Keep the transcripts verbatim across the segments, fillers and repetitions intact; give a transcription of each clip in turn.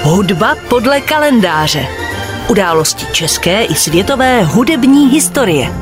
Hudba podle kalendáře. Události české i světové hudební historie.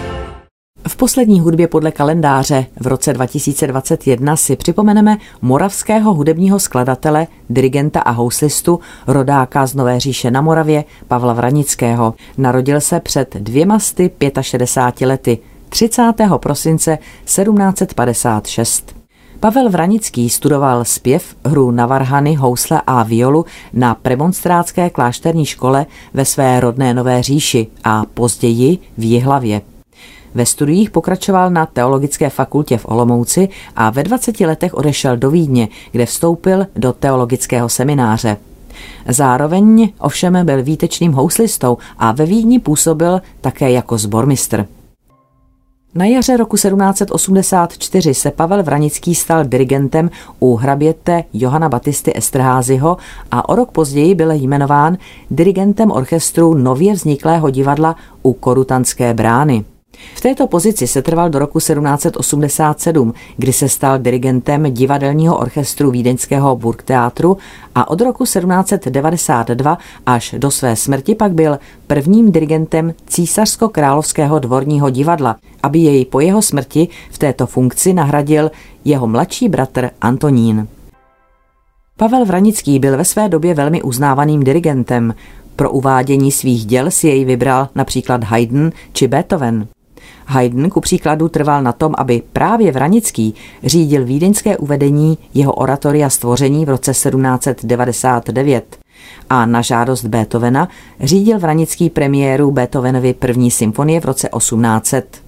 V poslední hudbě podle kalendáře v roce dva tisíce dvacet jedna si připomeneme moravského hudebního skladatele, dirigenta a houslistu, rodáka z Nové Říše na Moravě, Pavla Vranického. Narodil se před dvěma sty šedesáti lety, třicátého prosince sedmnáct set padesát šest. Pavel Vranický studoval zpěv, hru na varhany, housle a violu na premonstrátské klášterní škole ve své rodné Nové Říši a později v Jihlavě. Ve studiích pokračoval na Teologické fakultě v Olomouci a ve dvaceti letech odešel do Vídně, kde vstoupil do teologického semináře. Zároveň ovšem byl výtečným houslistou a ve Vídni působil také jako sbormistr. Na jaře roku sedmnáct set osmdesát čtyři se Pavel Vranický stal dirigentem u hraběte Johana Batisty Esterházyho a o rok později byl jmenován dirigentem orchestru nově vzniklého divadla u Korutanské brány. V této pozici se trval do roku sedmnáct set osmdesát sedm, kdy se stal dirigentem divadelního orchestru vídeňského Burgtheatru a od roku sedmnáct set devadesát dva až do své smrti pak byl prvním dirigentem Císařsko-královského dvorního divadla, aby jej po jeho smrti v této funkci nahradil jeho mladší bratr Antonín. Pavel Vranický byl ve své době velmi uznávaným dirigentem. Pro uvádění svých děl si jej vybral například Haydn či Beethoven. Haydn ku příkladu trval na tom, aby právě Vranický řídil vídeňské uvedení jeho oratoria Stvoření v roce sedmnáct set devadesát devět a na žádost Beethovena řídil Vranický premiéru Beethovenovy první symfonie v roce osmnáct set.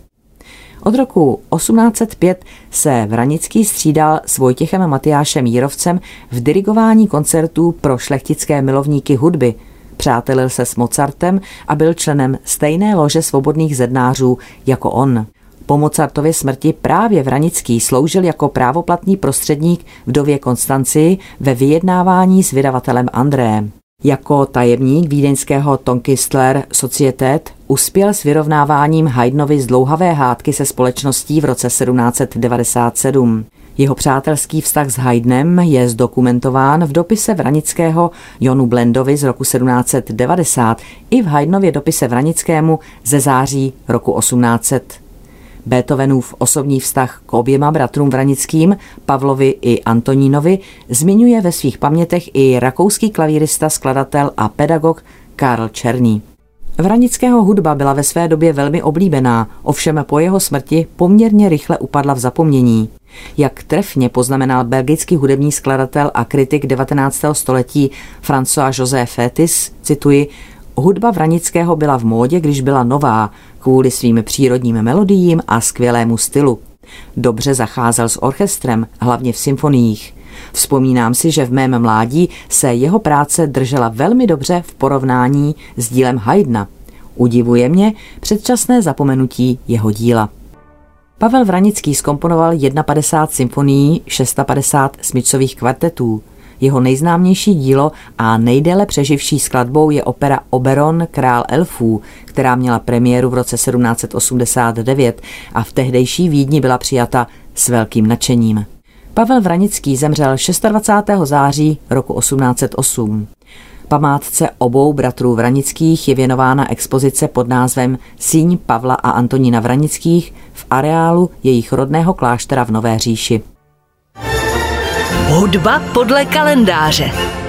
Od roku osmnáct set pět se Vranický střídal s Vojtěchem Matyášem Jírovcem v dirigování koncertů pro šlechtické milovníky hudby. Přátelil se s Mozartem a byl členem stejné lože svobodných zednářů jako on. Po Mozartově smrti právě Vranický sloužil jako právoplatný prostředník vdově Konstancii ve vyjednávání s vydavatelem André. Jako tajemník vídeňského Tonkistler Societet uspěl s vyrovnáváním Haydnovy zdlouhavé hádky se společností v roce sedmnáct set devadesát sedm. Jeho přátelský vztah s Haydnem je zdokumentován v dopise Vranického Jonu Blendovi z roku sedmnáct set devadesát i v Haydnově dopise Vranickému ze září roku osmnáct set. Beethovenův osobní vztah k oběma bratrům Vranickým, Pavlovi i Antonínovi, zmiňuje ve svých pamětech i rakouský klavírista, skladatel a pedagog Karl Černý. Vranického hudba byla ve své době velmi oblíbená, ovšem po jeho smrti poměrně rychle upadla v zapomnění. Jak trefně poznamenal belgický hudební skladatel a kritik devatenáctého století François-José Fétis, cituji, hudba Vranického byla v módě, když byla nová, kvůli svým přírodním melodiím a skvělému stylu. Dobře zacházel s orchestrem, hlavně v symfoniích. Vzpomínám si, že v mém mládí se jeho práce držela velmi dobře v porovnání s dílem Haydna. Udivuje mě předčasné zapomenutí jeho díla. Pavel Vranický zkomponoval padesát jedna symfonií, padesát šest smyčcových kvartetů. Jeho nejznámější dílo a nejdéle přeživší skladbou je opera Oberon, král elfů, která měla premiéru v roce sedmnáct set osmdesát devět a v tehdejší Vídni byla přijata s velkým nadšením. Pavel Vranický zemřel dvacátého šestého září roku osmnáct set osm. Památce obou bratrů Vranických je věnována expozice pod názvem Síň Pavla a Antonína Vranických v areálu jejich rodného kláštera v Nové Říši. Hudba podle kalendáře.